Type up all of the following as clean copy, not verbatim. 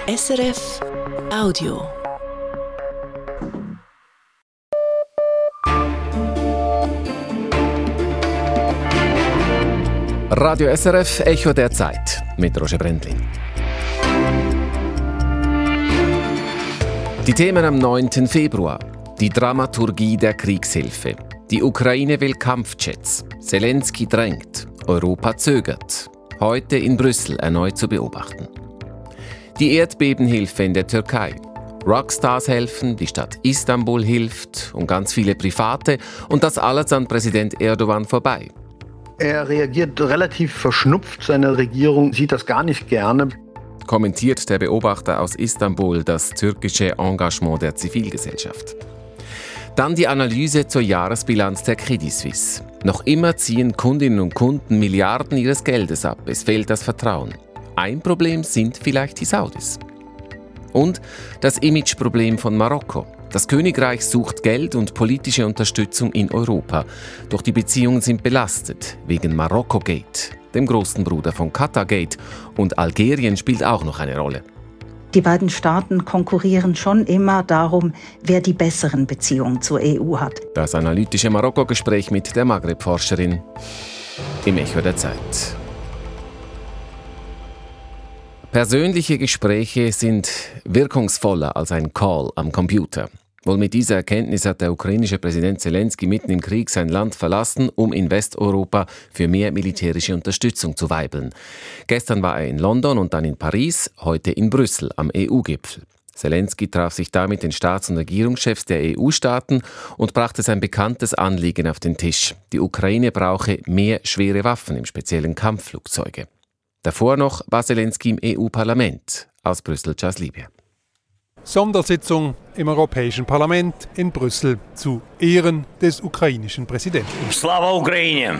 SRF Audio. Radio SRF Echo der Zeit mit Roger Brendlin. Die Themen am 9. Februar. Die Dramaturgie der Kriegshilfe. Die Ukraine will Kampfjets. Zelensky drängt. Europa zögert. Heute in Brüssel erneut zu beobachten. Die Erdbebenhilfe in der Türkei. Rockstars helfen, die Stadt Istanbul hilft und ganz viele Private. Und das alles an Präsident Erdogan vorbei. Er reagiert relativ verschnupft. Seine Regierung sieht das gar nicht gerne. Kommentiert der Beobachter aus Istanbul das türkische Engagement der Zivilgesellschaft. Dann die Analyse zur Jahresbilanz der Credit Suisse. Noch immer ziehen Kundinnen und Kunden Milliarden ihres Geldes ab. Es fehlt das Vertrauen. Ein Problem sind vielleicht die Saudis. Und das Imageproblem von Marokko. Das Königreich sucht Geld und politische Unterstützung in Europa. Doch die Beziehungen sind belastet wegen Marokko-Gate, dem großen Bruder von Qatar-Gate. Und Algerien spielt auch noch eine Rolle. Die beiden Staaten konkurrieren schon immer darum, wer die besseren Beziehungen zur EU hat. Das analytische Marokko-Gespräch mit der Maghreb-Forscherin im Echo der Zeit. Persönliche Gespräche sind wirkungsvoller als ein Call am Computer. Wohl mit dieser Erkenntnis hat der ukrainische Präsident Zelensky mitten im Krieg sein Land verlassen, um in Westeuropa für mehr militärische Unterstützung zu weibeln. Gestern war er in London und dann in Paris, heute in Brüssel am EU-Gipfel. Zelensky traf sich da mit den Staats- und Regierungschefs der EU-Staaten und brachte sein bekanntes Anliegen auf den Tisch. Die Ukraine brauche mehr schwere Waffen, im speziellen Kampfflugzeuge. Davor noch war Zelensky im EU-Parlament. Aus Brüssel, Charles Libia. Sondersitzung im Europäischen Parlament in Brüssel zu Ehren des ukrainischen Präsidenten. Slava Ukraine!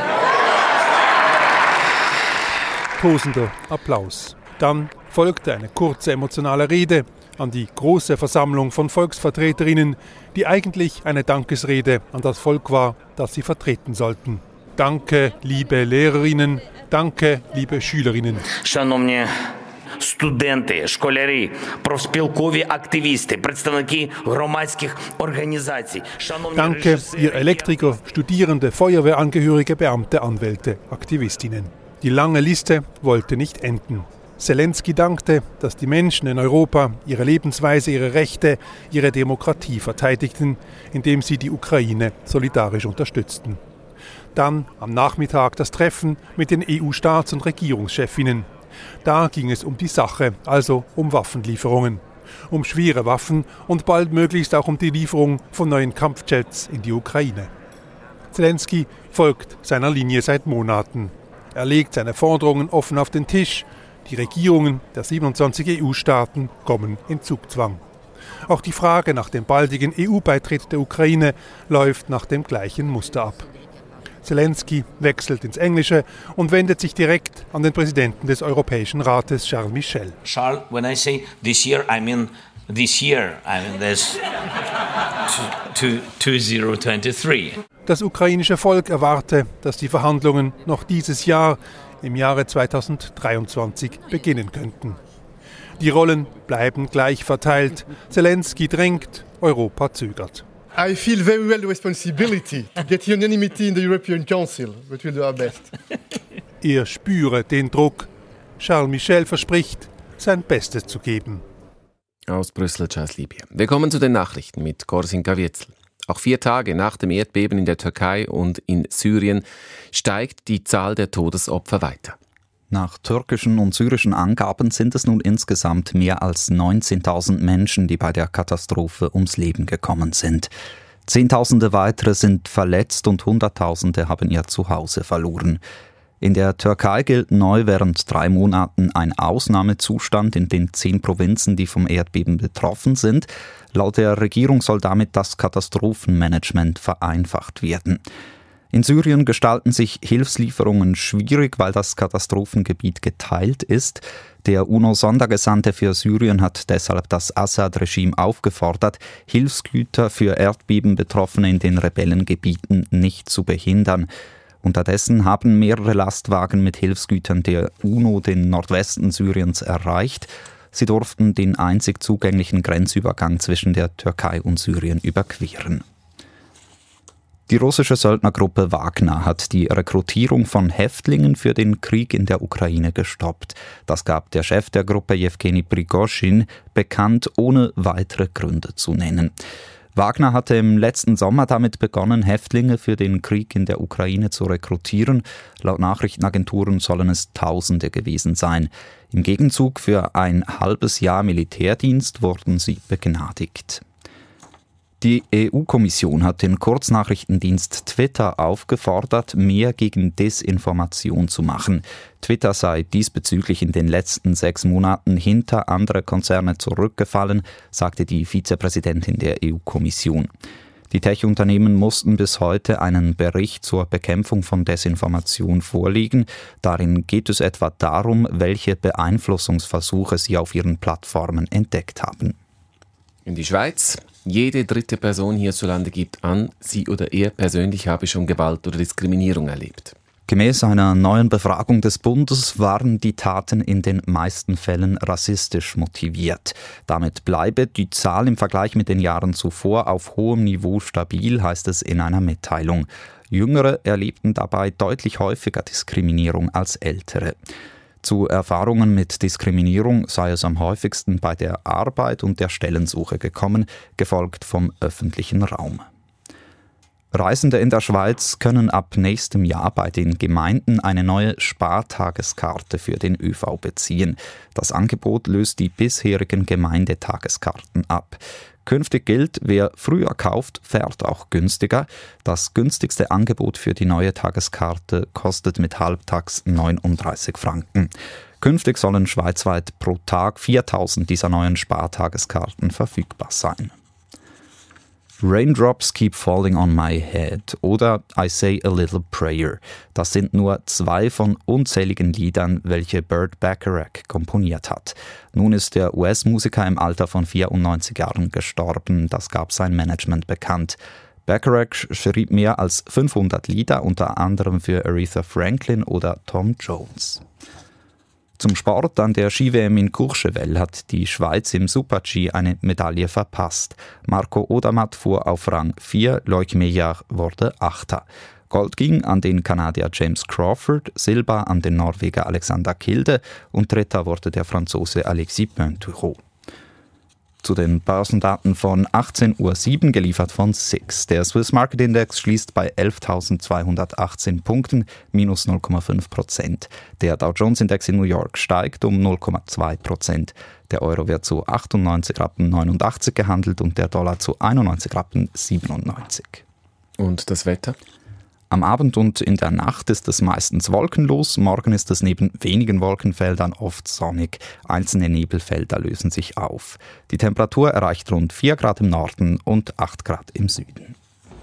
Tosender Applaus. Dann folgte eine kurze emotionale Rede an die große Versammlung von Volksvertreterinnen, die eigentlich eine Dankesrede an das Volk war, das sie vertreten sollten. Danke, liebe Lehrerinnen, danke, liebe Schülerinnen. Шановні студенти, школярі, профспілкові активісти, представники громадських організацій. Danke, ihr Elektriker, Studierende, Feuerwehrangehörige, Beamte, Anwälte, Aktivistinnen. Die lange Liste wollte nicht enden. Zelensky dankte, dass die Menschen in Europa ihre Lebensweise, ihre Rechte, ihre Demokratie verteidigten, indem sie die Ukraine solidarisch unterstützten. Dann am Nachmittag das Treffen mit den EU-Staats- und Regierungschefinnen. Da ging es um die Sache, also um Waffenlieferungen. Um schwere Waffen und baldmöglichst auch um die Lieferung von neuen Kampfjets in die Ukraine. Zelensky folgt seiner Linie seit Monaten. Er legt seine Forderungen offen auf den Tisch. Die Regierungen der 27 EU-Staaten kommen in Zugzwang. Auch die Frage nach dem baldigen EU-Beitritt der Ukraine läuft nach dem gleichen Muster ab. Zelensky wechselt ins Englische und wendet sich direkt an den Präsidenten des Europäischen Rates, Charles Michel. Charles, when I say this year, I mean this year. I mean this 2023. Das ukrainische Volk erwarte, dass die Verhandlungen noch dieses Jahr, im Jahre 2023, beginnen könnten. Die Rollen bleiben gleich verteilt. Zelensky drängt, Europa zögert. I feel very well the responsibility to get unanimity in the European Council, but we'll do our best. Er spüre den Druck. Charles Michel verspricht, sein Bestes zu geben. Aus Brüssel, Charles Libia. Wir kommen zu den Nachrichten mit Korsin Kavietzel. Auch 4 Tage nach dem Erdbeben in der Türkei und in Syrien steigt die Zahl der Todesopfer weiter. Nach türkischen und syrischen Angaben sind es nun insgesamt mehr als 19.000 Menschen, die bei der Katastrophe ums Leben gekommen sind. Zehntausende weitere sind verletzt und Hunderttausende haben ihr Zuhause verloren. In der Türkei gilt neu während 3 Monaten ein Ausnahmezustand in den 10 Provinzen, die vom Erdbeben betroffen sind. Laut der Regierung soll damit das Katastrophenmanagement vereinfacht werden. In Syrien gestalten sich Hilfslieferungen schwierig, weil das Katastrophengebiet geteilt ist. Der UNO-Sondergesandte für Syrien hat deshalb das Assad-Regime aufgefordert, Hilfsgüter für Erdbebenbetroffene in den Rebellengebieten nicht zu behindern. Unterdessen haben mehrere Lastwagen mit Hilfsgütern der UNO den Nordwesten Syriens erreicht. Sie durften den einzig zugänglichen Grenzübergang zwischen der Türkei und Syrien überqueren. Die russische Söldnergruppe Wagner hat die Rekrutierung von Häftlingen für den Krieg in der Ukraine gestoppt. Das gab der Chef der Gruppe Jewgeni Prigoschin bekannt, ohne weitere Gründe zu nennen. Wagner hatte im letzten Sommer damit begonnen, Häftlinge für den Krieg in der Ukraine zu rekrutieren. Laut Nachrichtenagenturen sollen es Tausende gewesen sein. Im Gegenzug für ein halbes Jahr Militärdienst wurden sie begnadigt. Die EU-Kommission hat den Kurznachrichtendienst Twitter aufgefordert, mehr gegen Desinformation zu machen. Twitter sei diesbezüglich in den letzten 6 Monaten hinter andere Konzerne zurückgefallen, sagte die Vizepräsidentin der EU-Kommission. Die Tech-Unternehmen mussten bis heute einen Bericht zur Bekämpfung von Desinformation vorlegen. Darin geht es etwa darum, welche Beeinflussungsversuche sie auf ihren Plattformen entdeckt haben. In die Schweiz. Jede dritte Person hierzulande gibt an, sie oder er persönlich habe schon Gewalt oder Diskriminierung erlebt. Gemäß einer neuen Befragung des Bundes waren die Taten in den meisten Fällen rassistisch motiviert. Damit bleibe die Zahl im Vergleich mit den Jahren zuvor auf hohem Niveau stabil, heißt es in einer Mitteilung. Jüngere erlebten dabei deutlich häufiger Diskriminierung als Ältere. Zu Erfahrungen mit Diskriminierung sei es am häufigsten bei der Arbeit und der Stellensuche gekommen, gefolgt vom öffentlichen Raum. Reisende in der Schweiz können ab nächstem Jahr bei den Gemeinden eine neue Spartageskarte für den ÖV beziehen. Das Angebot löst die bisherigen Gemeindetageskarten ab. Künftig gilt, wer früher kauft, fährt auch günstiger. Das günstigste Angebot für die neue Tageskarte kostet mit Halbtags 39 Franken. Künftig sollen schweizweit pro Tag 4000 dieser neuen Spartageskarten verfügbar sein. Raindrops Keep Falling on My Head oder I Say a Little Prayer. Das sind nur 2 von unzähligen Liedern, welche Burt Bacharach komponiert hat. Nun ist der US-Musiker im Alter von 94 Jahren gestorben, das gab sein Management bekannt. Bacharach schrieb mehr als 500 Lieder, unter anderem für Aretha Franklin oder Tom Jones. Zum Sport: An der Ski-WM in Courchevel hat die Schweiz im Super-G eine Medaille verpasst. Marco Odermatt fuhr auf Rang 4, Loic Meillard wurde 8. Gold ging an den Kanadier James Crawford, Silber an den Norweger Alexander Kilde und 3. wurde der Franzose Alexis Pinturault. Zu den Börsendaten von 18:07 Uhr, geliefert von SIX. Der Swiss Market Index schließt bei 11.218 Punkten, minus 0,5%. Der Dow Jones Index in New York steigt um 0,2%. Der Euro wird zu 98,89 Rappen gehandelt und der Dollar zu 91,97 Rappen. Und das Wetter? Am Abend und in der Nacht ist es meistens wolkenlos, morgen ist es neben wenigen Wolkenfeldern oft sonnig. Einzelne Nebelfelder lösen sich auf. Die Temperatur erreicht rund 4 Grad im Norden und 8 Grad im Süden.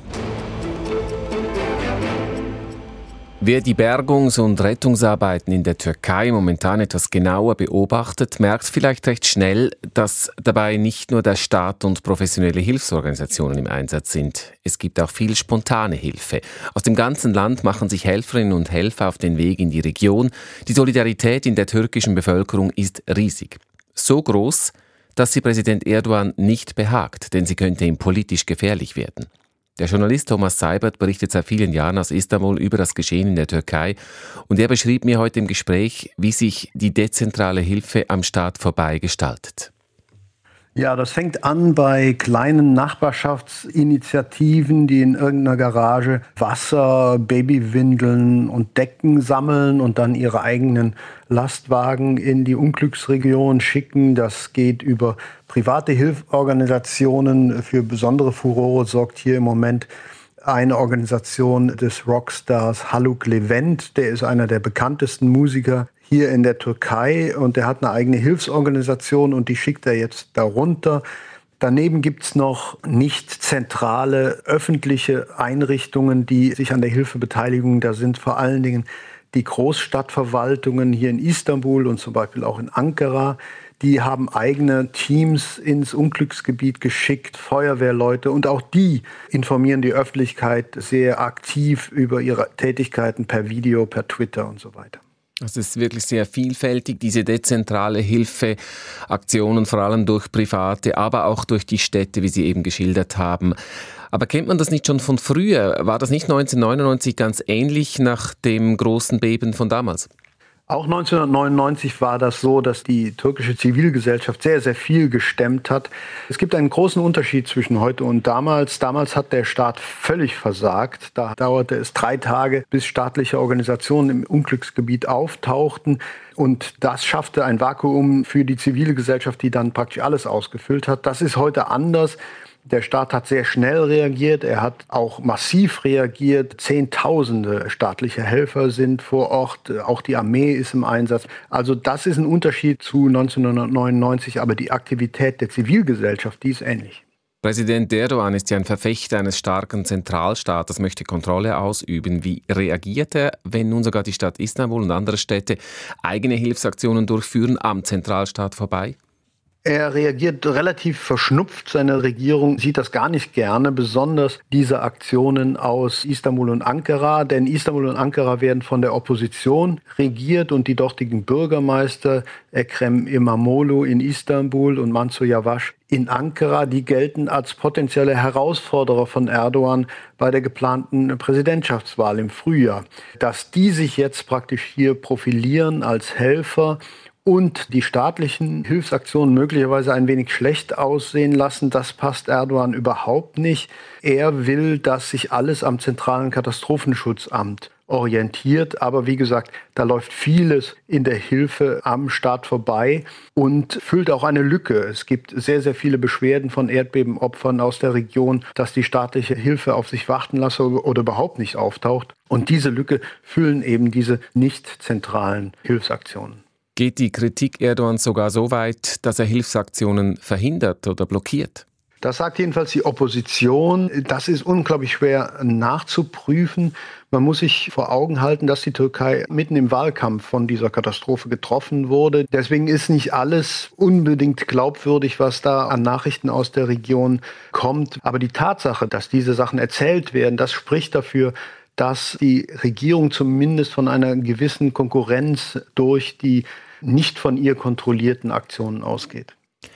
Wer die Bergungs- und Rettungsarbeiten in der Türkei momentan etwas genauer beobachtet, merkt vielleicht recht schnell, dass dabei nicht nur der Staat und professionelle Hilfsorganisationen im Einsatz sind. Es gibt auch viel spontane Hilfe. Aus dem ganzen Land machen sich Helferinnen und Helfer auf den Weg in die Region. Die Solidarität in der türkischen Bevölkerung ist riesig. So groß, dass sie Präsident Erdogan nicht behagt, denn sie könnte ihm politisch gefährlich werden. Der Journalist Thomas Seibert berichtet seit vielen Jahren aus Istanbul über das Geschehen in der Türkei und er beschrieb mir heute im Gespräch, wie sich die dezentrale Hilfe am Staat vorbei gestaltet. Ja, das fängt an bei kleinen Nachbarschaftsinitiativen, die in irgendeiner Garage Wasser, Babywindeln und Decken sammeln und dann ihre eigenen Lastwagen in die Unglücksregion schicken. Das geht über private Hilfsorganisationen. Für besondere Furore sorgt hier im Moment eine Organisation des Rockstars Haluk Levent. Der ist einer der bekanntesten Musiker hier in der Türkei und der hat eine eigene Hilfsorganisation und die schickt er jetzt darunter. Daneben gibt's noch nicht zentrale öffentliche Einrichtungen, die sich an der Hilfe beteiligen. Da sind vor allen Dingen die Großstadtverwaltungen hier in Istanbul und zum Beispiel auch in Ankara. Die haben eigene Teams ins Unglücksgebiet geschickt, Feuerwehrleute, und auch die informieren die Öffentlichkeit sehr aktiv über ihre Tätigkeiten per Video, per Twitter und so weiter. Es ist wirklich sehr vielfältig, diese dezentrale Hilfeaktionen, vor allem durch Private, aber auch durch die Städte, wie Sie eben geschildert haben. Aber kennt man das nicht schon von früher? War das nicht 1999 ganz ähnlich nach dem großen Beben von damals? Auch 1999 war das so, dass die türkische Zivilgesellschaft sehr, sehr viel gestemmt hat. Es gibt einen großen Unterschied zwischen heute und damals. Damals hat der Staat völlig versagt. Da dauerte es 3 Tage, bis staatliche Organisationen im Unglücksgebiet auftauchten. Und das schaffte ein Vakuum für die Zivilgesellschaft, die dann praktisch alles ausgefüllt hat. Das ist heute anders. Der Staat hat sehr schnell reagiert, er hat auch massiv reagiert. Zehntausende staatliche Helfer sind vor Ort, auch die Armee ist im Einsatz. Also das ist ein Unterschied zu 1999, aber die Aktivität der Zivilgesellschaft, die ist ähnlich. Präsident Erdogan ist ja ein Verfechter eines starken Zentralstaates, möchte Kontrolle ausüben. Wie reagiert er, wenn nun sogar die Stadt Istanbul und andere Städte eigene Hilfsaktionen durchführen am Zentralstaat vorbei? Er reagiert relativ verschnupft. Seine Regierung sieht das gar nicht gerne, besonders diese Aktionen aus Istanbul und Ankara. Denn Istanbul und Ankara werden von der Opposition regiert und die dortigen Bürgermeister Ekrem İmamoğlu in Istanbul und Mansur Yavaş in Ankara, die gelten als potenzielle Herausforderer von Erdogan bei der geplanten Präsidentschaftswahl im Frühjahr. Dass die sich jetzt praktisch hier profilieren als Helfer und die staatlichen Hilfsaktionen möglicherweise ein wenig schlecht aussehen lassen, das passt Erdogan überhaupt nicht. Er will, dass sich alles am zentralen Katastrophenschutzamt orientiert. Aber wie gesagt, da läuft vieles in der Hilfe am Staat vorbei und füllt auch eine Lücke. Es gibt sehr, sehr viele Beschwerden von Erdbebenopfern aus der Region, dass die staatliche Hilfe auf sich warten lasse oder überhaupt nicht auftaucht. Und diese Lücke füllen eben diese nicht zentralen Hilfsaktionen. Geht die Kritik Erdogans sogar so weit, dass er Hilfsaktionen verhindert oder blockiert? Das sagt jedenfalls die Opposition. Das ist unglaublich schwer nachzuprüfen. Man muss sich vor Augen halten, dass die Türkei mitten im Wahlkampf von dieser Katastrophe getroffen wurde. Deswegen ist nicht alles unbedingt glaubwürdig, was da an Nachrichten aus der Region kommt. Aber die Tatsache, dass diese Sachen erzählt werden, das spricht dafür, dass die Regierung zumindest von einer gewissen Konkurrenz durch die nicht von ihr kontrollierten Aktionen ausgeht.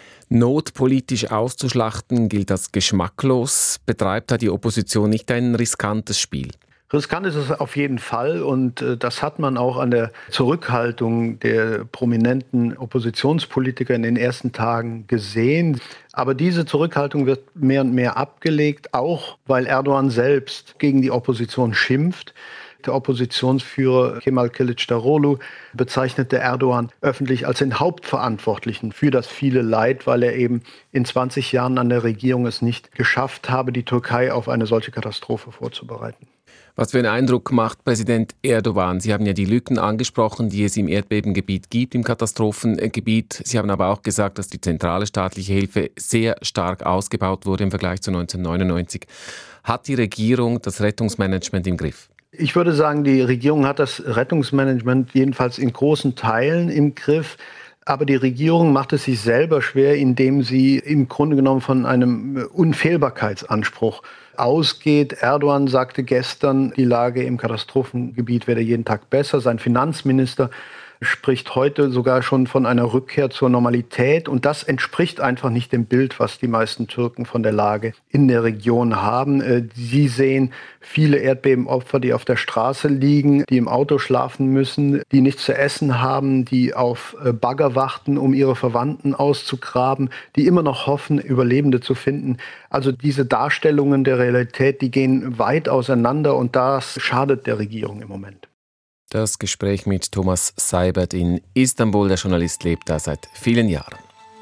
Not politisch auszuschlachten gilt als geschmacklos. Betreibt da die Opposition nicht ein riskantes Spiel? Riskant ist es auf jeden Fall und das hat man auch an der Zurückhaltung der prominenten Oppositionspolitiker in den ersten Tagen gesehen. Aber diese Zurückhaltung wird mehr und mehr abgelegt, auch weil Erdogan selbst gegen die Opposition schimpft. Der Oppositionsführer Kemal Kılıçdaroğlu bezeichnete Erdogan öffentlich als den Hauptverantwortlichen für das viele Leid, weil er eben in 20 Jahren an der Regierung es nicht geschafft habe, die Türkei auf eine solche Katastrophe vorzubereiten. Was für einen Eindruck macht Präsident Erdogan? Sie haben ja die Lücken angesprochen, die es im Erdbebengebiet gibt, im Katastrophengebiet. Sie haben aber auch gesagt, dass die zentrale staatliche Hilfe sehr stark ausgebaut wurde im Vergleich zu 1999. Hat die Regierung das Rettungsmanagement im Griff? Ich würde sagen, die Regierung hat das Rettungsmanagement jedenfalls in großen Teilen im Griff. Aber die Regierung macht es sich selber schwer, indem sie im Grunde genommen von einem Unfehlbarkeitsanspruch ausgeht. Erdogan sagte gestern, die Lage im Katastrophengebiet werde jeden Tag besser. Sein Finanzminister spricht heute sogar schon von einer Rückkehr zur Normalität. Und das entspricht einfach nicht dem Bild, was die meisten Türken von der Lage in der Region haben. Sie sehen viele Erdbebenopfer, die auf der Straße liegen, die im Auto schlafen müssen, die nichts zu essen haben, die auf Bagger warten, um ihre Verwandten auszugraben, die immer noch hoffen, Überlebende zu finden. Also diese Darstellungen der Realität, die gehen weit auseinander und das schadet der Regierung im Moment. Das Gespräch mit Thomas Seibert in Istanbul. Der Journalist lebt da seit vielen Jahren.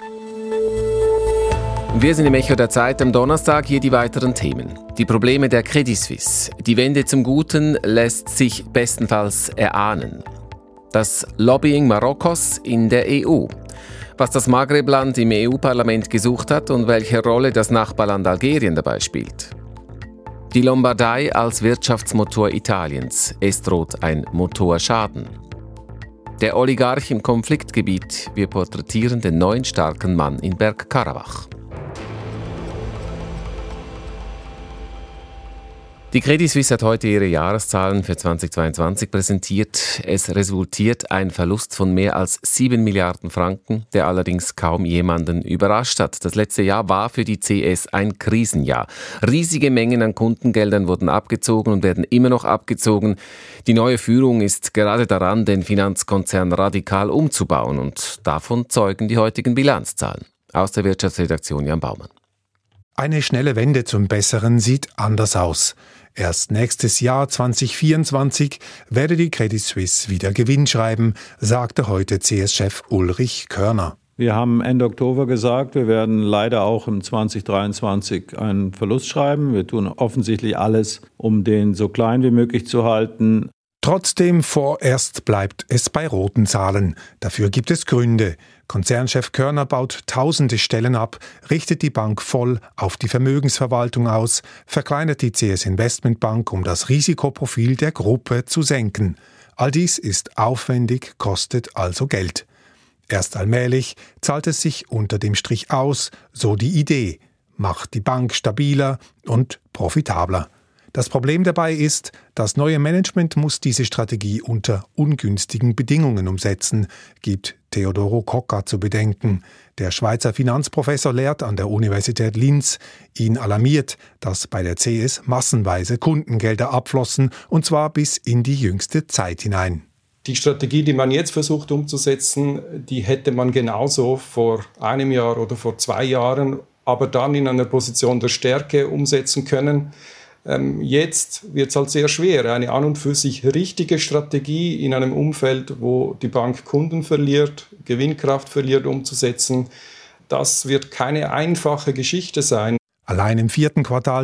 Wir sind im Echo der Zeit am Donnerstag. Hier die weiteren Themen. Die Probleme der Credit Suisse. Die Wende zum Guten lässt sich bestenfalls erahnen. Das Lobbying Marokkos in der EU. Was das Maghreb-Land im EU-Parlament gesucht hat und welche Rolle das Nachbarland Algerien dabei spielt. Die Lombardei als Wirtschaftsmotor Italiens. Es droht ein Motorschaden. Der Oligarch im Konfliktgebiet. Wir porträtieren den neuen starken Mann in Bergkarabach. Die Credit Suisse hat heute ihre Jahreszahlen für 2022 präsentiert. Es resultiert ein Verlust von mehr als 7 Milliarden Franken, der allerdings kaum jemanden überrascht hat. Das letzte Jahr war für die CS ein Krisenjahr. Riesige Mengen an Kundengeldern wurden abgezogen und werden immer noch abgezogen. Die neue Führung ist gerade daran, den Finanzkonzern radikal umzubauen, und davon zeugen die heutigen Bilanzzahlen. Aus der Wirtschaftsredaktion Jan Baumann. Eine schnelle Wende zum Besseren sieht anders aus. Erst nächstes Jahr 2024 werde die Credit Suisse wieder Gewinn schreiben, sagte heute CS-Chef Ulrich Körner. Wir haben Ende Oktober gesagt, wir werden leider auch im 2023 einen Verlust schreiben. Wir tun offensichtlich alles, um den so klein wie möglich zu halten. Trotzdem vorerst bleibt es bei roten Zahlen. Dafür gibt es Gründe. Konzernchef Körner baut tausende Stellen ab, richtet die Bank voll auf die Vermögensverwaltung aus, verkleinert die CS Investmentbank, um das Risikoprofil der Gruppe zu senken. All dies ist aufwendig, kostet also Geld. Erst allmählich zahlt es sich unter dem Strich aus, so die Idee, macht die Bank stabiler und profitabler. Das Problem dabei ist, das neue Management muss diese Strategie unter ungünstigen Bedingungen umsetzen, gibt Teodoro Cocca zu bedenken. Der Schweizer Finanzprofessor lehrt an der Universität Linz. Ihn alarmiert, dass bei der CS massenweise Kundengelder abflossen, und zwar bis in die jüngste Zeit hinein. Die Strategie, die man jetzt versucht umzusetzen, die hätte man genauso vor einem Jahr oder vor 2 Jahren, aber dann in einer Position der Stärke umsetzen können. Jetzt wird es halt sehr schwer, eine an und für sich richtige Strategie in einem Umfeld, wo die Bank Kunden verliert, Gewinnkraft verliert, umzusetzen. Das wird keine einfache Geschichte sein. Allein im 4. Quartal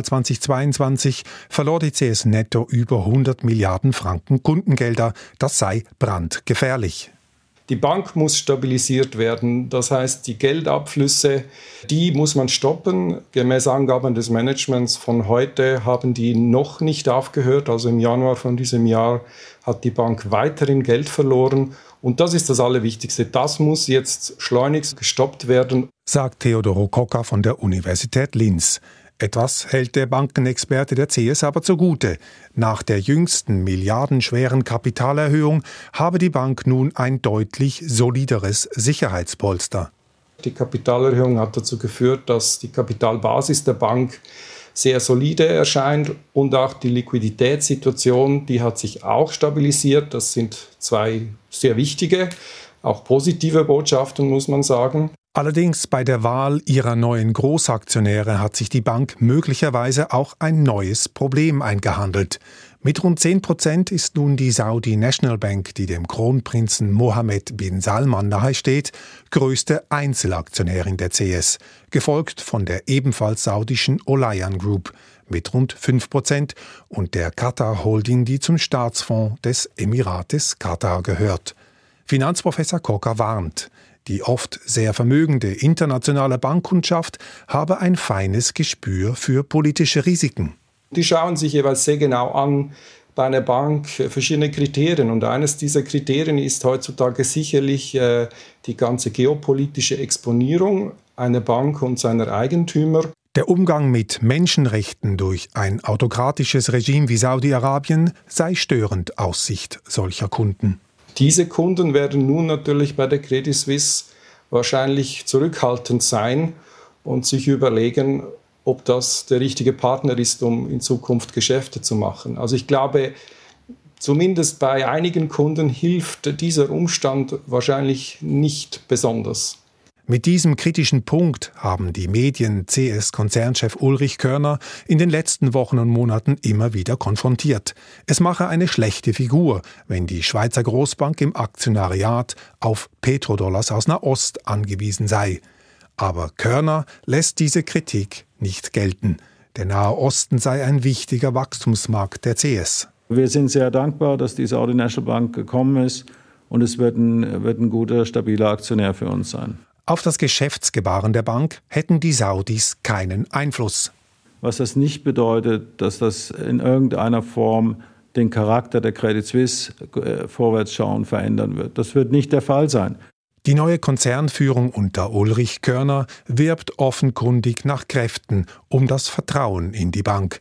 2022 verlor die CS netto über 100 Milliarden Franken Kundengelder. Das sei brandgefährlich. Die Bank muss stabilisiert werden, das heißt, die Geldabflüsse, die muss man stoppen. Gemäß Angaben des Managements von heute haben die noch nicht aufgehört. Also im Januar von diesem Jahr hat die Bank weiterhin Geld verloren. Und das ist das Allerwichtigste. Das muss jetzt schleunigst gestoppt werden, sagt Teodoro Cocca von der Universität Linz. Etwas hält der Bankenexperte der CS aber zugute. Nach der jüngsten milliardenschweren Kapitalerhöhung habe die Bank nun ein deutlich solideres Sicherheitspolster. Die Kapitalerhöhung hat dazu geführt, dass die Kapitalbasis der Bank sehr solide erscheint und auch die Liquiditätssituation, die hat sich auch stabilisiert. Das sind 2 sehr wichtige, auch positive Botschaften, muss man sagen. Allerdings bei der Wahl ihrer neuen Großaktionäre hat sich die Bank möglicherweise auch ein neues Problem eingehandelt. Mit rund 10% ist nun die Saudi National Bank, die dem Kronprinzen Mohammed bin Salman nahesteht, größte Einzelaktionärin der CS, gefolgt von der ebenfalls saudischen Olayan Group mit rund 5% und der Qatar Holding, die zum Staatsfonds des Emirates Katar gehört. Finanzprofessor Cocca warnt, die oft sehr vermögende internationale Bankkundschaft habe ein feines Gespür für politische Risiken. Die schauen sich jeweils sehr genau an bei einer Bank verschiedene Kriterien. Und eines dieser Kriterien ist heutzutage sicherlich die ganze geopolitische Exponierung einer Bank und seiner Eigentümer. Der Umgang mit Menschenrechten durch ein autokratisches Regime wie Saudi-Arabien sei störend aus Sicht solcher Kunden. Diese Kunden werden nun natürlich bei der Credit Suisse wahrscheinlich zurückhaltend sein und sich überlegen, ob das der richtige Partner ist, um in Zukunft Geschäfte zu machen. Also ich glaube, zumindest bei einigen Kunden hilft dieser Umstand wahrscheinlich nicht besonders. Mit diesem kritischen Punkt haben die Medien CS-Konzernchef Ulrich Körner in den letzten Wochen und Monaten immer wieder konfrontiert. Es mache eine schlechte Figur, wenn die Schweizer Großbank im Aktionariat auf Petrodollars aus Nahost angewiesen sei. Aber Körner lässt diese Kritik nicht gelten. Der Nahe Osten sei ein wichtiger Wachstumsmarkt der CS. Wir sind sehr dankbar, dass die Saudi National Bank gekommen ist, und es wird ein guter, stabiler Aktionär für uns sein. Auf das Geschäftsgebaren der Bank hätten die Saudis keinen Einfluss. Was das nicht bedeutet, dass das in irgendeiner Form den Charakter der Credit Suisse vorwärtsschauen verändern wird. Das wird nicht der Fall sein. Die neue Konzernführung unter Ulrich Körner wirbt offenkundig nach Kräften um das Vertrauen in die Bank.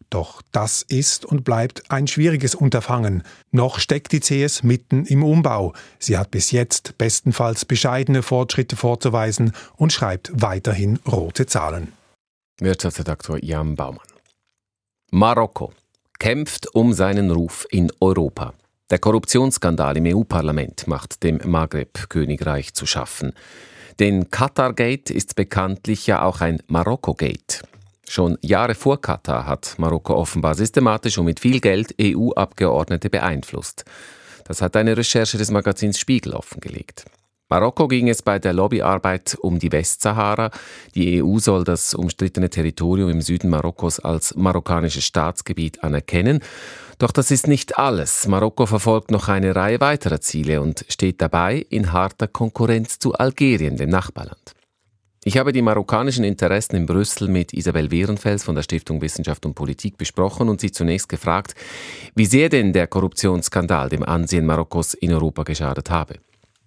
Doch das ist und bleibt ein schwieriges Unterfangen. Noch steckt die CS mitten im Umbau. Sie hat bis jetzt bestenfalls bescheidene Fortschritte vorzuweisen und schreibt weiterhin rote Zahlen. Wirtschaftsredaktor Jan Baumann. Marokko kämpft um seinen Ruf in Europa. Der Korruptionsskandal im EU-Parlament macht dem Maghreb-Königreich zu schaffen. Denn Qatar-Gate ist bekanntlich ja auch ein Marokko-Gate. Schon Jahre vor Katar hat Marokko offenbar systematisch und mit viel Geld EU-Abgeordnete beeinflusst. Das hat eine Recherche des Magazins Spiegel offengelegt. Marokko ging es bei der Lobbyarbeit um die Westsahara. Die EU soll das umstrittene Territorium im Süden Marokkos als marokkanisches Staatsgebiet anerkennen. Doch das ist nicht alles. Marokko verfolgt noch eine Reihe weiterer Ziele und steht dabei in harter Konkurrenz zu Algerien, dem Nachbarland. Ich habe die marokkanischen Interessen in Brüssel mit Isabel Wehrenfels von der Stiftung Wissenschaft und Politik besprochen und sie zunächst gefragt, wie sehr denn der Korruptionsskandal dem Ansehen Marokkos in Europa geschadet habe.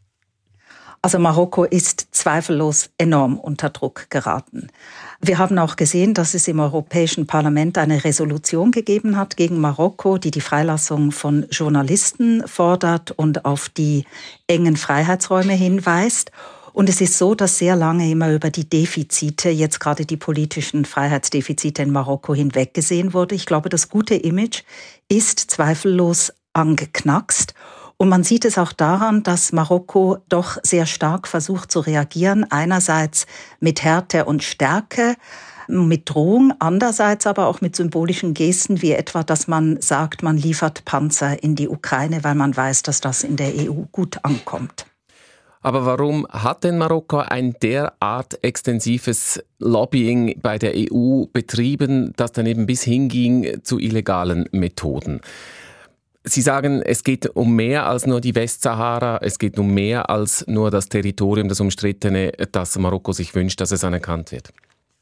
Also Marokko ist zweifellos enorm unter Druck geraten. Wir haben auch gesehen, dass es im Europäischen Parlament eine Resolution gegeben hat gegen Marokko, die die Freilassung von Journalisten fordert und auf die engen Freiheitsräume hinweist. Und es ist so, dass sehr lange immer über die Defizite, jetzt gerade die politischen Freiheitsdefizite in Marokko hinweggesehen wurde. Ich glaube, das gute Image ist zweifellos angeknackst. Und man sieht es auch daran, dass Marokko doch sehr stark versucht zu reagieren. Einerseits mit Härte und Stärke, mit Drohung, andererseits aber auch mit symbolischen Gesten, wie etwa, dass man sagt, man liefert Panzer in die Ukraine, weil man weiß, dass das in der EU gut ankommt. Aber warum hat denn Marokko ein derart extensives Lobbying bei der EU betrieben, das dann eben bis hinging zu illegalen Methoden? Sie sagen, es geht um mehr als nur die Westsahara, es geht um mehr als nur das Territorium, das Umstrittene, das Marokko sich wünscht, dass es anerkannt wird.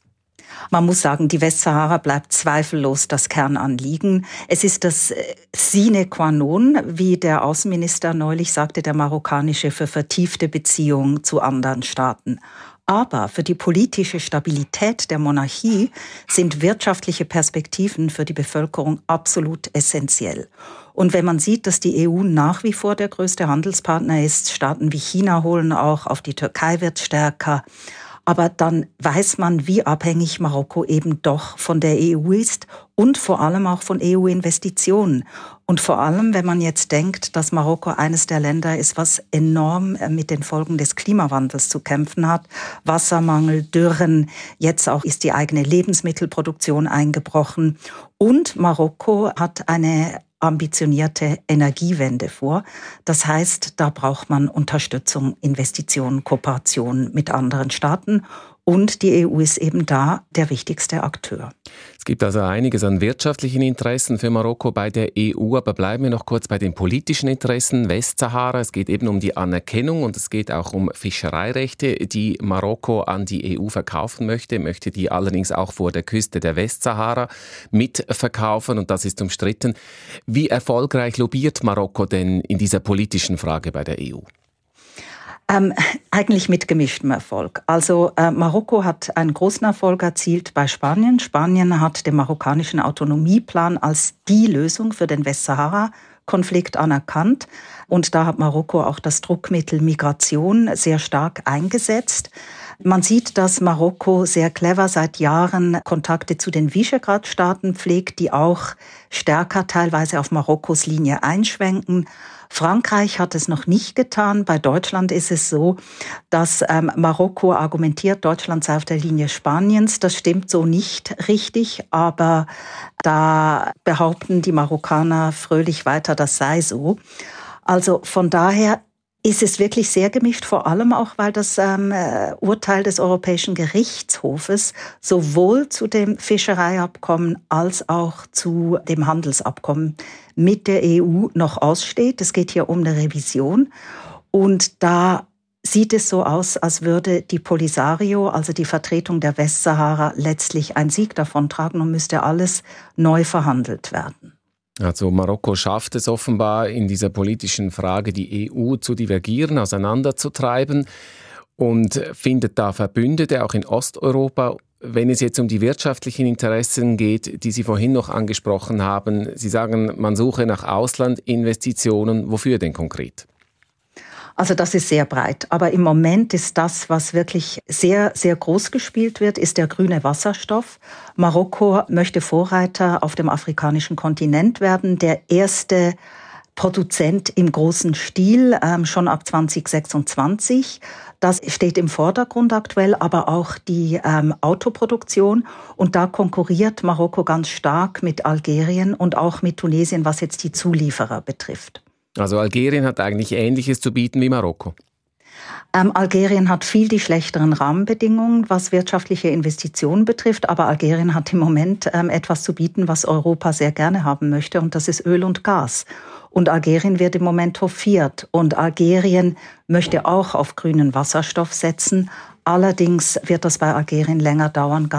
Man muss sagen, die Westsahara bleibt zweifellos das Kernanliegen. Es ist das sine qua non, wie der Außenminister neulich sagte, der marokkanische, für vertiefte Beziehungen zu anderen Staaten. Aber für die politische Stabilität der Monarchie sind wirtschaftliche Perspektiven für die Bevölkerung absolut essentiell. Und wenn man sieht, dass die EU nach wie vor der größte Handelspartner ist, Staaten wie China holen auch auf, die Türkei wird stärker, aber dann weiß man, wie abhängig Marokko eben doch von der EU ist und vor allem auch von EU-Investitionen. Und vor allem, wenn man jetzt denkt, dass Marokko eines der Länder ist, was enorm mit den Folgen des Klimawandels zu kämpfen hat. Wassermangel, Dürren, jetzt auch ist die eigene Lebensmittelproduktion eingebrochen. Und Marokko hat eine ambitionierte Energiewende vor. Das heißt, da braucht man Unterstützung, Investitionen, Kooperation mit anderen Staaten. Und die EU ist eben da der wichtigste Akteur. Es gibt also einiges an wirtschaftlichen Interessen für Marokko bei der EU, aber bleiben wir noch kurz bei den politischen Interessen. Westsahara, es geht eben um die Anerkennung und es geht auch um Fischereirechte, die Marokko an die EU verkaufen möchte die allerdings auch vor der Küste der Westsahara mitverkaufen und das ist umstritten. Wie erfolgreich lobbyiert Marokko denn in dieser politischen Frage bei der EU? Eigentlich mit gemischtem Erfolg. Also Marokko hat einen großen Erfolg erzielt bei Spanien. Spanien hat den marokkanischen Autonomieplan als die Lösung für den Westsahara-Konflikt anerkannt. Und da hat Marokko auch das Druckmittel Migration sehr stark eingesetzt. Man sieht, dass Marokko sehr clever seit Jahren Kontakte zu den Visegrad-Staaten pflegt, die auch stärker teilweise auf Marokkos Linie einschwenken. Frankreich hat es noch nicht getan. Bei Deutschland ist es so, dass Marokko argumentiert, Deutschland sei auf der Linie Spaniens. Das stimmt so nicht richtig, aber da behaupten die Marokkaner fröhlich weiter, das sei so. Also von daher ist es wirklich sehr gemischt, vor allem auch, weil das Urteil des Europäischen Gerichtshofes sowohl zu dem Fischereiabkommen als auch zu dem Handelsabkommen mit der EU noch aussteht. Es geht hier um eine Revision und da sieht es so aus, als würde die Polisario, also die Vertretung der Westsahara, letztlich einen Sieg davontragen und müsste alles neu verhandelt werden. Also Marokko schafft es offenbar in dieser politischen Frage, die EU zu divergieren, auseinanderzutreiben und findet da Verbündete auch in Osteuropa. wenn es jetzt um die wirtschaftlichen Interessen geht, die Sie vorhin noch angesprochen haben, Sie sagen, man suche nach Auslandinvestitionen. Wofür denn konkret? Also das ist sehr breit. Aber im Moment ist das, was wirklich sehr, sehr groß gespielt wird, ist der grüne Wasserstoff. Marokko möchte Vorreiter auf dem afrikanischen Kontinent werden. Der erste Produzent im großen Stil, schon ab 2026. Das steht im Vordergrund aktuell, aber auch die Autoproduktion. Und da konkurriert Marokko ganz stark mit Algerien und auch mit Tunesien, was jetzt die Zulieferer betrifft. Also Algerien hat eigentlich Ähnliches zu bieten wie Marokko. Algerien hat viel die schlechteren Rahmenbedingungen, was wirtschaftliche Investitionen betrifft. Aber Algerien hat im Moment etwas zu bieten, was Europa sehr gerne haben möchte. Und das ist Öl und Gas. Und Algerien wird im Moment hofiert. Und Algerien möchte auch auf grünen Wasserstoff setzen. Allerdings wird das bei Algerien länger dauern,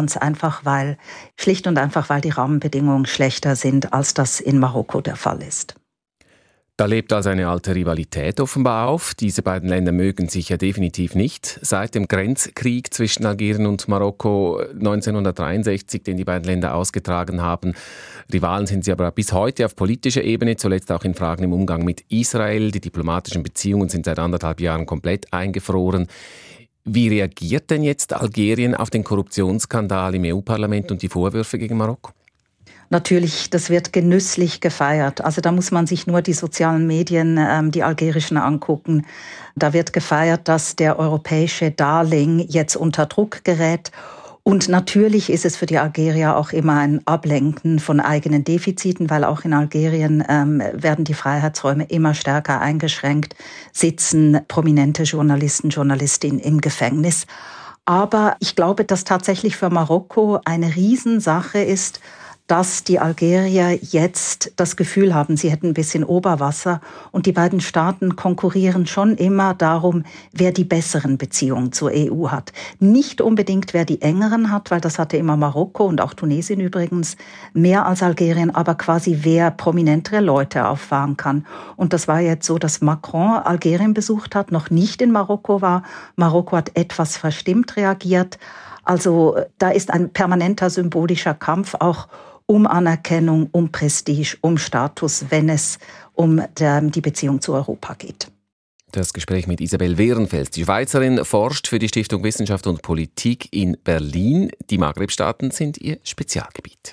schlicht und einfach, weil die Rahmenbedingungen schlechter sind, als das in Marokko der Fall ist. Da lebt also eine alte Rivalität offenbar auf. Diese beiden Länder mögen sich ja definitiv nicht. Seit dem Grenzkrieg zwischen Algerien und Marokko 1963, den die beiden Länder ausgetragen haben. Rivalen sind sie aber bis heute auf politischer Ebene, zuletzt auch in Fragen im Umgang mit Israel. Die diplomatischen Beziehungen sind seit 1,5 Jahren komplett eingefroren. Wie reagiert denn jetzt Algerien auf den Korruptionsskandal im EU-Parlament und die Vorwürfe gegen Marokko? Natürlich, das wird genüsslich gefeiert. Also da muss man sich nur die sozialen Medien, die algerischen, angucken. Da wird gefeiert, dass der europäische Darling jetzt unter Druck gerät. Und natürlich ist es für die Algerier auch immer ein Ablenken von eigenen Defiziten, weil auch in Algerien werden die Freiheitsräume immer stärker eingeschränkt, sitzen prominente Journalisten, Journalistinnen im Gefängnis. Aber ich glaube, dass tatsächlich für Marokko eine Riesensache ist, dass die Algerier jetzt das Gefühl haben, sie hätten ein bisschen Oberwasser. Und die beiden Staaten konkurrieren schon immer darum, wer die besseren Beziehungen zur EU hat. Nicht unbedingt, wer die engeren hat, weil das hatte immer Marokko und auch Tunesien übrigens, mehr als Algerien, aber quasi wer prominentere Leute auffahren kann. Und das war jetzt so, dass Macron Algerien besucht hat, noch nicht in Marokko war. Marokko hat etwas verstimmt reagiert. Also da ist ein permanenter symbolischer Kampf auch um Anerkennung, um Prestige, um Status, wenn es um die Beziehung zu Europa geht. Das Gespräch mit Isabel Wehrenfels. Die Schweizerin forscht für die Stiftung Wissenschaft und Politik in Berlin. Die Maghreb-Staaten sind ihr Spezialgebiet.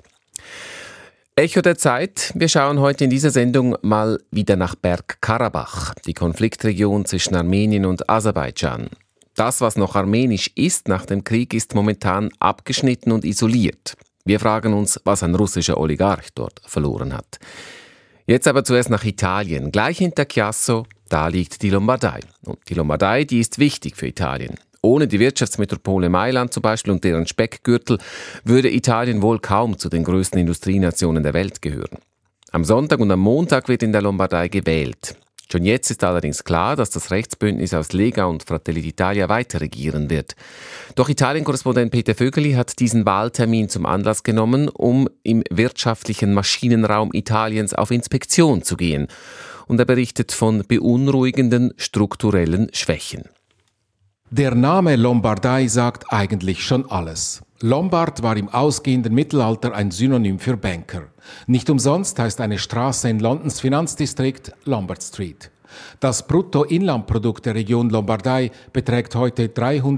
Echo der Zeit. Wir schauen heute in dieser Sendung mal wieder nach Bergkarabach, die Konfliktregion zwischen Armenien und Aserbaidschan. Das, was noch armenisch ist nach dem Krieg, ist momentan abgeschnitten und isoliert. Wir fragen uns, was ein russischer Oligarch dort verloren hat. Jetzt aber zuerst nach Italien. Gleich hinter Chiasso, da liegt die Lombardei. Und die Lombardei, die ist wichtig für Italien. Ohne die Wirtschaftsmetropole Mailand zum Beispiel und deren Speckgürtel würde Italien wohl kaum zu den größten Industrienationen der Welt gehören. Am Sonntag und am Montag wird in der Lombardei gewählt. Schon jetzt ist allerdings klar, dass das Rechtsbündnis aus Lega und Fratelli d'Italia weiter regieren wird. Doch Italien-Korrespondent Peter Vögeli hat diesen Wahltermin zum Anlass genommen, um im wirtschaftlichen Maschinenraum Italiens auf Inspektion zu gehen. Und er berichtet von beunruhigenden strukturellen Schwächen. Der Name Lombardei sagt eigentlich schon alles. Lombard war im ausgehenden Mittelalter ein Synonym für Banker. Nicht umsonst heißt eine Straße in Londons Finanzdistrikt Lombard Street. Das Bruttoinlandprodukt der Region Lombardei beträgt heute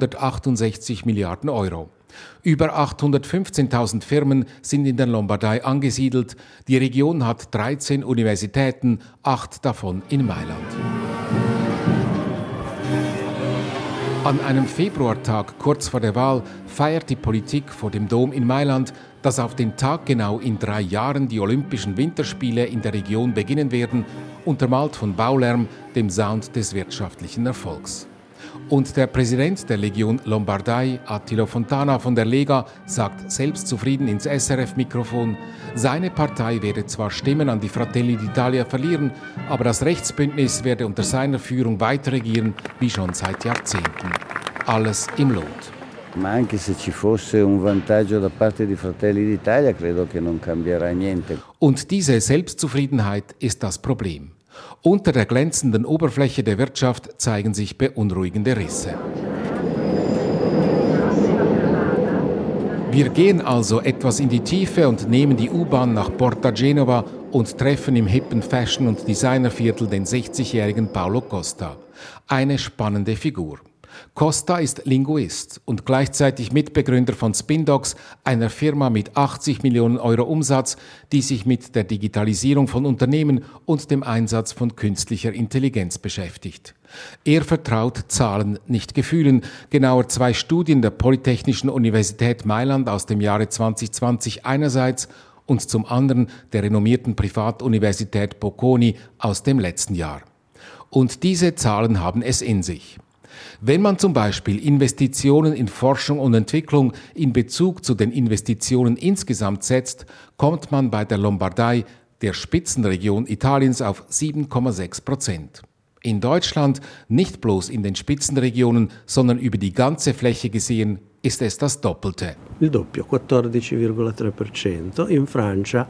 368 Milliarden Euro. Über 815.000 Firmen sind in der Lombardei angesiedelt. Die Region hat 13 Universitäten, 8 davon in Mailand. An einem Februartag kurz vor der Wahl feiert die Politik vor dem Dom in Mailand, dass auf den Tag genau in 3 Jahren die Olympischen Winterspiele in der Region beginnen werden, untermalt von Baulärm, dem Sound des wirtschaftlichen Erfolgs. Und der Präsident der Legion Lombardei, Attilo Fontana von der Lega, sagt selbstzufrieden ins SRF-Mikrofon, seine Partei werde zwar Stimmen an die Fratelli d'Italia verlieren, aber das Rechtsbündnis werde unter seiner Führung weiter regieren, wie schon seit Jahrzehnten. Alles im Lot. Ma anche se ci fosse un vantaggio da parte di Fratelli d'Italia, credo che non cambierà niente. Und diese Selbstzufriedenheit ist das Problem. Unter der glänzenden Oberfläche der Wirtschaft zeigen sich beunruhigende Risse. Wir gehen also etwas in die Tiefe und nehmen die U-Bahn nach Porta Genova und treffen im hippen Fashion- und Designerviertel den 60-jährigen Paulo Costa. Eine spannende Figur. Costa ist Linguist und gleichzeitig Mitbegründer von Spindox, einer Firma mit 80 Millionen Euro Umsatz, die sich mit der Digitalisierung von Unternehmen und dem Einsatz von künstlicher Intelligenz beschäftigt. Er vertraut Zahlen, nicht Gefühlen. Genauer 2 Studien der Polytechnischen Universität Mailand aus dem Jahre 2020 einerseits und zum anderen der renommierten Privatuniversität Bocconi aus dem letzten Jahr. Und diese Zahlen haben es in sich. Wenn man zum Beispiel Investitionen in Forschung und Entwicklung in Bezug zu den Investitionen insgesamt setzt, kommt man bei der Lombardei, der Spitzenregion Italiens, auf 7,6%. In Deutschland, nicht bloß in den Spitzenregionen, sondern über die ganze Fläche gesehen, ist es das Doppelte. Il doppio, 14,3%, in Francia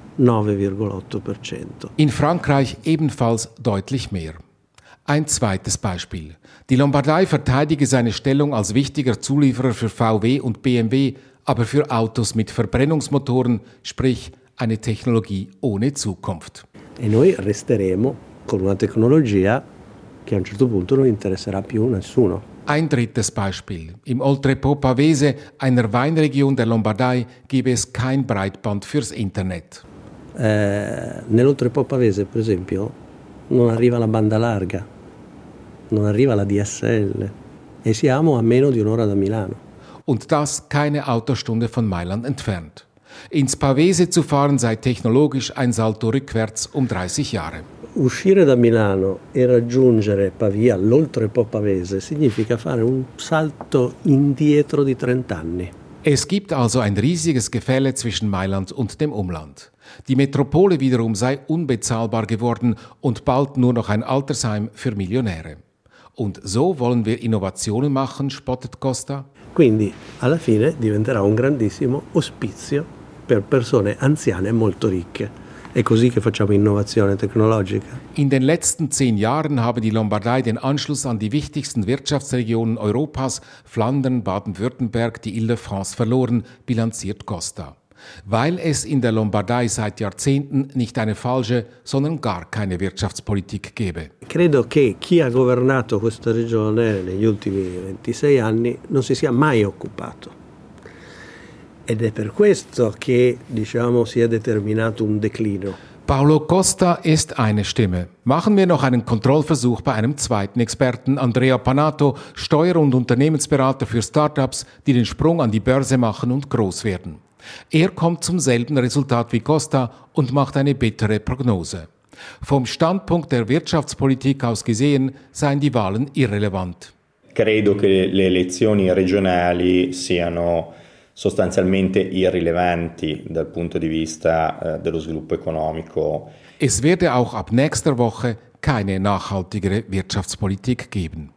9,8%. In Frankreich ebenfalls deutlich mehr. Ein zweites Beispiel. Die Lombardei verteidige seine Stellung als wichtiger Zulieferer für VW und BMW, aber für Autos mit Verbrennungsmotoren, sprich eine Technologie ohne Zukunft. E noi resteremo con una tecnologia che a un certo punto non interesserà più nessuno. Ein drittes Beispiel. Im Oltrepo Pavese, einer Weinregion der Lombardei, gäbe es kein Breitband fürs Internet. Nell'Oltrepo Pavese, per esempio, non arriva la banda larga, non arriva la DSL e siamo a meno di un'ora da Milano. Und das keine Autostunde von Mailand entfernt. Ins Pavese zu fahren sei technologisch ein Salto rückwärts um 30 Jahre. Uscire da Milano e raggiungere Pavia, l'Oltrepo Pavese, significa fare un salto indietro di 30 anni. Es gibt also ein riesiges Gefälle zwischen Mailand und dem Umland. Die Metropole wiederum sei unbezahlbar geworden und bald nur noch ein Altersheim für Millionäre. Und so wollen wir Innovationen machen, spottet Costa. Quindi alla fine diventerà un grandissimo ospizio per persone anziane e molto ricche. È così che facciamo innovazione tecnologica. In den letzten 10 Jahren habe die Lombardei den Anschluss an die wichtigsten Wirtschaftsregionen Europas, Flandern, Baden-Württemberg, die Ile-de-France verloren, bilanziert Costa. Weil es in der Lombardei seit Jahrzehnten nicht eine falsche, sondern gar keine Wirtschaftspolitik gebe. Credo che chi ha governato questa regione negli ultimi 26 anni non si sia mai occupato. Ed è per questo che, si è determinato un declino. Paulo Costa ist eine Stimme. Machen wir noch einen Kontrollversuch bei einem zweiten Experten, Andrea Panato, Steuer- und Unternehmensberater für Startups, die den Sprung an die Börse machen und groß werden. Er kommt zum selben Resultat wie Costa und macht eine bittere Prognose. Vom Standpunkt der Wirtschaftspolitik aus gesehen seien die Wahlen irrelevant. Credo che le elezioni regionali siano sostanzialmente irrilevanti dal punto di vista dello sviluppo economico. Es werde auch ab nächster Woche keine nachhaltigere Wirtschaftspolitik geben.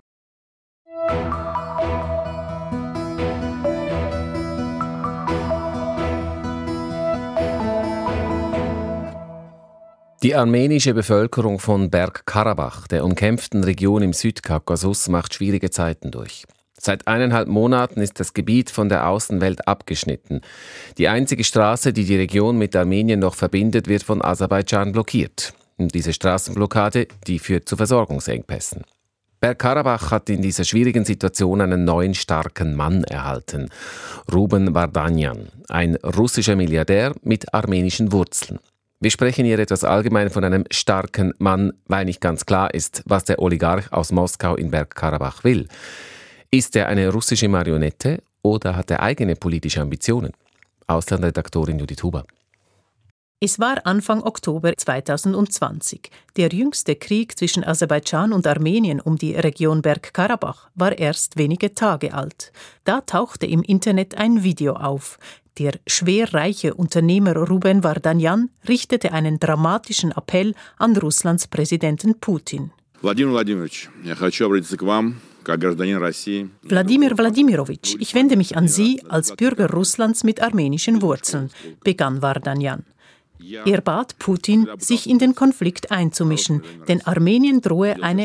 Die armenische Bevölkerung von Bergkarabach, der umkämpften Region im Südkaukasus, macht schwierige Zeiten durch. Seit 1,5 Monaten ist das Gebiet von der Außenwelt abgeschnitten. Die einzige Straße, die die Region mit Armenien noch verbindet, wird von Aserbaidschan blockiert. Und diese Straßenblockade, die führt zu Versorgungsengpässen. Bergkarabach hat in dieser schwierigen Situation einen neuen starken Mann erhalten. Ruben Vardanyan, ein russischer Milliardär mit armenischen Wurzeln. Wir sprechen hier etwas allgemein von einem starken Mann, weil nicht ganz klar ist, was der Oligarch aus Moskau in Bergkarabach will. Ist er eine russische Marionette oder hat er eigene politische Ambitionen? Auslandredaktorin Judith Huber. Es war Anfang Oktober 2020. Der jüngste Krieg zwischen Aserbaidschan und Armenien um die Region Bergkarabach war erst wenige Tage alt. Da tauchte im Internet ein Video auf. Der schwerreiche Unternehmer Ruben Vardanyan richtete einen dramatischen Appell an Russlands Präsidenten Putin. Wladimir Wladimirovich, ich хочу обратиться к вам. Wladimir Wladimirovich, ich wende mich an Sie als Bürger Russlands mit armenischen Wurzeln, begann Vardanyan. Er bat Putin, sich in den Konflikt einzumischen, denn Armenien drohe eine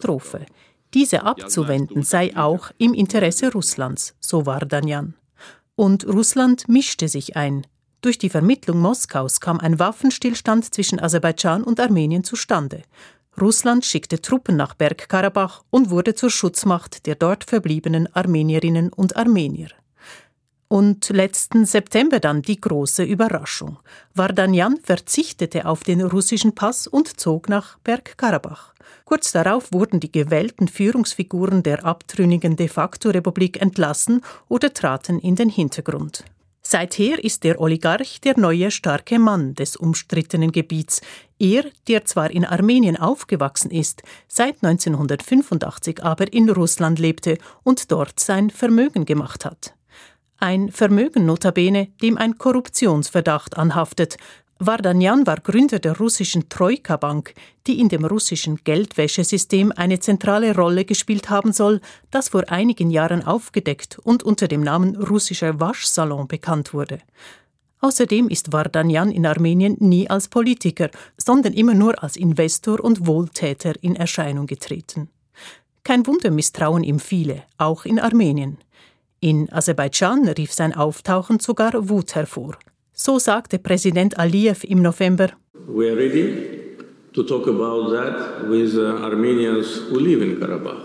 Katastrophe. Diese abzuwenden sei auch im Interesse Russlands, so Vardanyan. Und Russland mischte sich ein. Durch die Vermittlung Moskaus kam ein Waffenstillstand zwischen Aserbaidschan und Armenien zustande. Russland schickte Truppen nach Bergkarabach und wurde zur Schutzmacht der dort verbliebenen Armenierinnen und Armenier. Und letzten September dann die große Überraschung. Vardanyan verzichtete auf den russischen Pass und zog nach Bergkarabach. Kurz darauf wurden die gewählten Führungsfiguren der abtrünnigen De-facto-Republik entlassen oder traten in den Hintergrund. Seither ist der Oligarch der neue starke Mann des umstrittenen Gebiets. Er, der zwar in Armenien aufgewachsen ist, seit 1985 aber in Russland lebte und dort sein Vermögen gemacht hat. Ein Vermögen notabene, dem ein Korruptionsverdacht anhaftet. Vardanyan war Gründer der russischen Troika-Bank, die in dem russischen Geldwäschesystem eine zentrale Rolle gespielt haben soll, das vor einigen Jahren aufgedeckt und unter dem Namen russischer Waschsalon bekannt wurde. Außerdem ist Vardanyan in Armenien nie als Politiker, sondern immer nur als Investor und Wohltäter in Erscheinung getreten. Kein Wunder misstrauen ihm viele, auch in Armenien. In Aserbaidschan rief sein Auftauchen sogar Wut hervor. So sagte Präsident Aliyev im November: We are ready to talk about that with Armenians who live in Karabakh,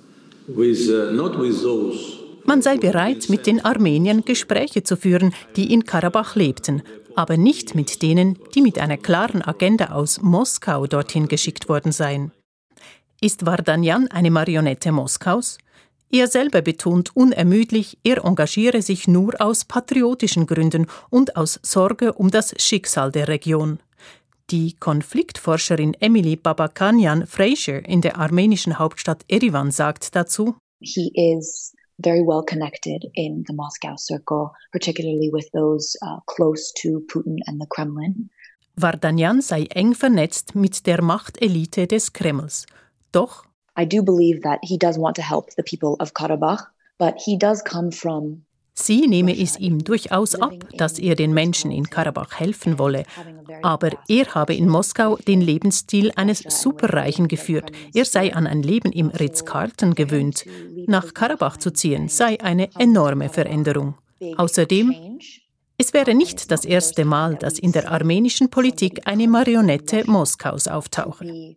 not with those. Man sei bereit, mit den Armeniern Gespräche zu führen, die in Karabach lebten, aber nicht mit denen, die mit einer klaren Agenda aus Moskau dorthin geschickt worden seien. Ist Vardanyan eine Marionette Moskaus? Er selber betont unermüdlich, er engagiere sich nur aus patriotischen Gründen und aus Sorge um das Schicksal der Region. Die Konfliktforscherin Emily Babakanyan-Fraser in der armenischen Hauptstadt Erivan sagt dazu: He is very well connected in the Moscow circle, particularly with those close to Putin and the Kremlin. Vardanyan sei eng vernetzt mit der Machtelite des Kremls. Doch I do believe that he does want to help the people of Karabakh, but he does come from. Sie nehme es ihm durchaus ab, dass er den Menschen in Karabach helfen wolle. Aber er habe in Moskau den Lebensstil eines Superreichen geführt. Er sei an ein Leben im Ritz-Carlton gewöhnt. Nach Karabach zu ziehen sei eine enorme Veränderung. Außerdem, es wäre nicht das erste Mal, dass in der armenischen Politik eine Marionette Moskaus auftauche.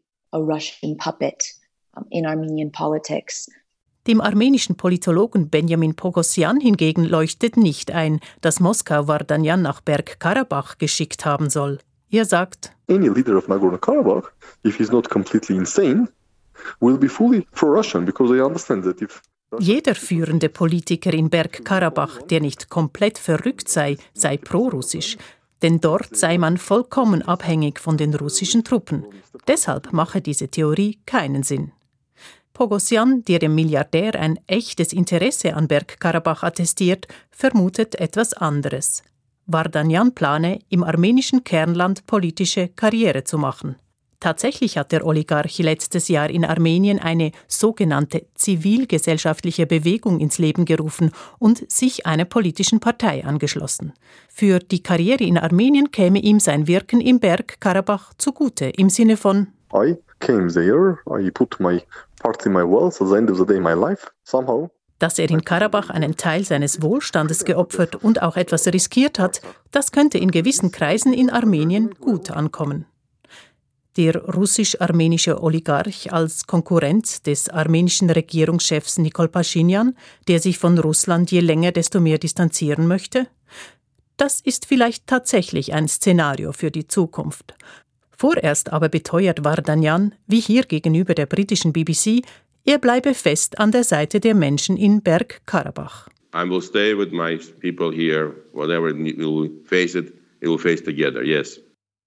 In Armenian politics. Dem armenischen Politologen Benjamin Pogosyan hingegen leuchtet nicht ein, dass Moskau Vardanyan nach Bergkarabach geschickt haben soll. Er sagt: Any leader of Nagorno-Karabakh, if he's not completely insane, will be fully pro-Russian because they understand that if jeder führende Politiker in Bergkarabach, der nicht komplett verrückt sei pro-russisch. Denn dort sei man vollkommen abhängig von den russischen Truppen. Deshalb mache diese Theorie keinen Sinn. Pogosyan, der dem Milliardär ein echtes Interesse an Bergkarabach attestiert, vermutet etwas anderes. Vardanyan plane, im armenischen Kernland politische Karriere zu machen. Tatsächlich hat der Oligarch letztes Jahr in Armenien eine sogenannte zivilgesellschaftliche Bewegung ins Leben gerufen und sich einer politischen Partei angeschlossen. Für die Karriere in Armenien käme ihm sein Wirken im Bergkarabach zugute, im Sinne von: I came there, I put my part in my wealth, at the end of the day my life, somehow. Dass er in Karabach einen Teil seines Wohlstandes geopfert und auch etwas riskiert hat, das könnte in gewissen Kreisen in Armenien gut ankommen. Der russisch-armenische Oligarch als Konkurrent des armenischen Regierungschefs Nikol Paschinjan, der sich von Russland je länger desto mehr distanzieren möchte? Das ist vielleicht tatsächlich ein Szenario für die Zukunft. Vorerst aber beteuert Vardanyan, wie hier gegenüber der britischen BBC, er bleibe fest an der Seite der Menschen in Bergkarabach. I will stay with my people here, whatever we will face together, yes.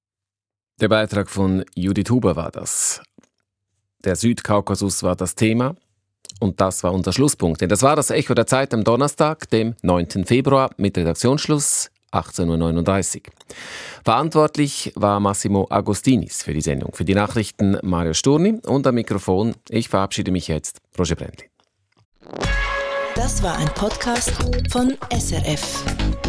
Der Beitrag von Judith Huber war das. Der Südkaukasus war das Thema und das war unser Schlusspunkt. Denn das war das Echo der Zeit am Donnerstag, dem 9. Februar mit Redaktionsschluss 18.39 Uhr. Verantwortlich war Massimo Agostinis für die Sendung. Für die Nachrichten Mario Sturni und am Mikrofon, ich verabschiede mich jetzt, Roger Brändli. Das war ein Podcast von SRF.